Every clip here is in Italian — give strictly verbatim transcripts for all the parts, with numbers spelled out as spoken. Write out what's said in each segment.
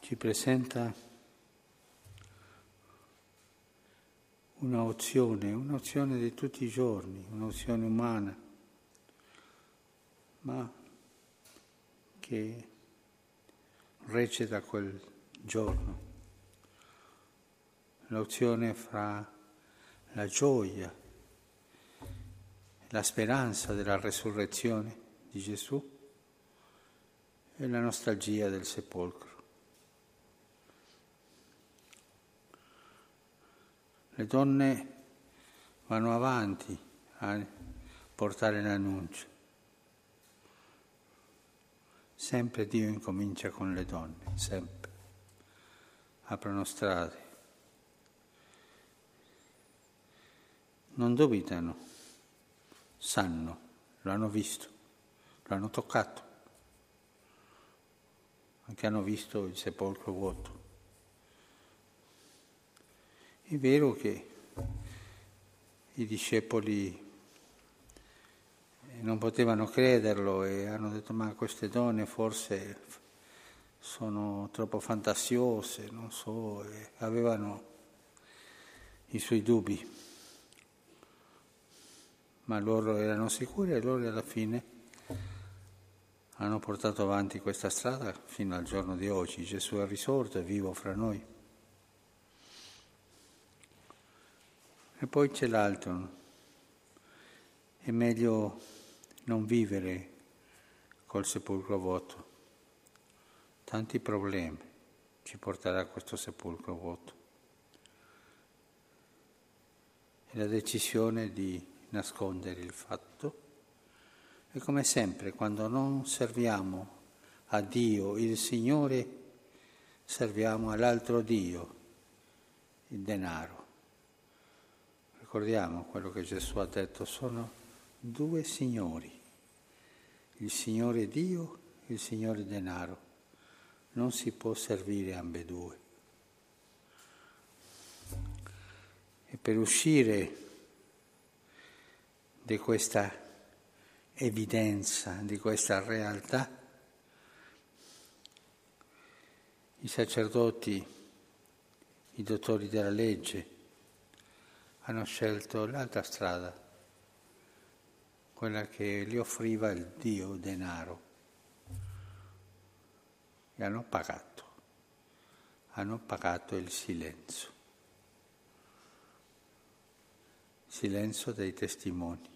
ci presenta un'opzione, un'opzione di tutti i giorni, un'opzione umana, ma che recita quel giorno. L'opzione fra la gioia, la speranza della resurrezione di Gesù e la nostalgia del sepolcro. Le donne vanno avanti a portare l'annuncio. Sempre Dio incomincia con le donne, sempre. Aprono strade. Non dubitano, sanno, lo hanno visto, lo hanno toccato, anche hanno visto il sepolcro vuoto. È vero che i discepoli non potevano crederlo e hanno detto: ma queste donne forse sono troppo fantasiose, non so, e avevano i suoi dubbi, ma loro erano sicuri e loro alla fine hanno portato avanti questa strada fino al giorno di oggi. Gesù è risorto, è vivo fra noi. E poi c'è l'altro, è meglio non vivere col sepolcro vuoto. Tanti problemi ci porterà questo sepolcro vuoto. E la decisione di nascondere il fatto. E come sempre, quando non serviamo a Dio, il Signore, serviamo all'altro Dio, il denaro. Ricordiamo quello che Gesù ha detto, sono due signori, il Signore Dio e il Signore denaro. Non si può servire ambedue. E per uscire di questa evidenza, di questa realtà, i sacerdoti, i dottori della legge, hanno scelto l'altra strada, quella che gli offriva il Dio denaro. E hanno pagato, hanno pagato il silenzio, il silenzio dei testimoni.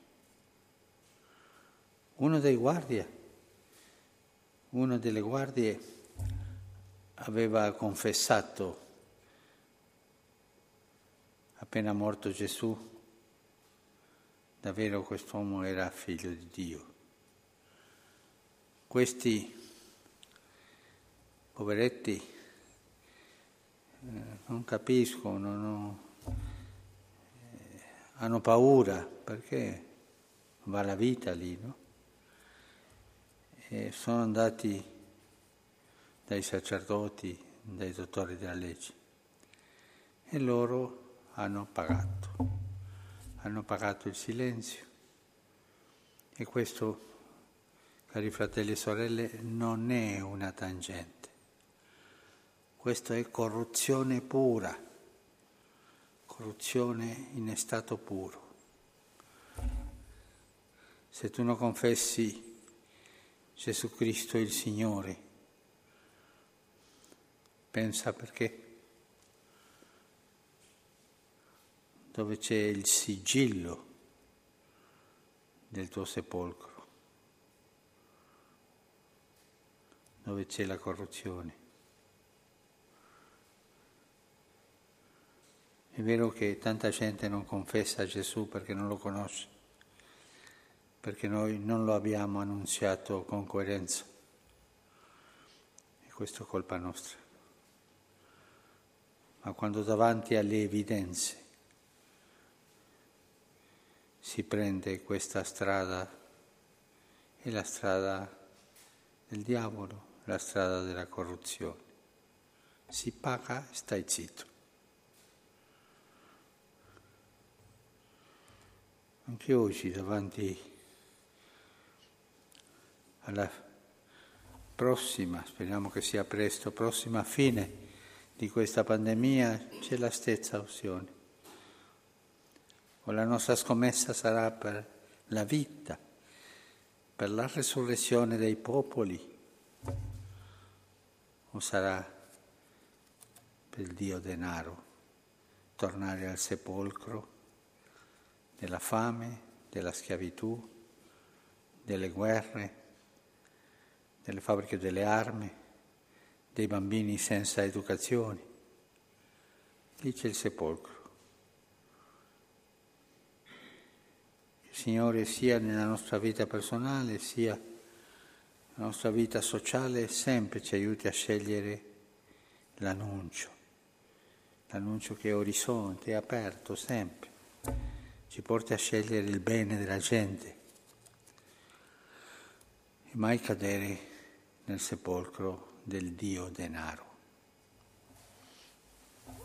Uno dei guardie, uno delle guardie aveva confessato appena morto Gesù, davvero quest'uomo era figlio di Dio. Questi poveretti eh, non capiscono, no, eh, hanno paura perché va la vita lì, no? E sono andati dai sacerdoti, dai dottori della legge e loro hanno pagato, hanno pagato il silenzio. E questo, cari fratelli e sorelle, non è una tangente. Questo è corruzione pura, corruzione in stato puro. Se tu non confessi Gesù Cristo il Signore, pensa perché. Dove c'è il sigillo del tuo sepolcro, dove c'è la corruzione. È vero che tanta gente non confessa Gesù perché non lo conosce, perché noi non lo abbiamo annunziato con coerenza. E questo è colpa nostra. Ma quando davanti alle evidenze si prende questa strada, è la strada del diavolo, la strada della corruzione. Si paga e stai zitto. Anche oggi davanti alla prossima, speriamo che sia presto, prossima fine di questa pandemia, c'è la stessa opzione. O la nostra scommessa sarà per la vita, per la resurrezione dei popoli, o sarà per il Dio denaro, tornare al sepolcro della fame, della schiavitù, delle guerre, delle fabbriche delle armi, dei bambini senza educazione. Lì c'è il sepolcro. Il Signore sia nella nostra vita personale, sia nella nostra vita sociale, sempre ci aiuti a scegliere l'annuncio, l'annuncio che è orizzonte, è aperto sempre, ci porta a scegliere il bene della gente e mai cadere nel sepolcro del Dio denaro.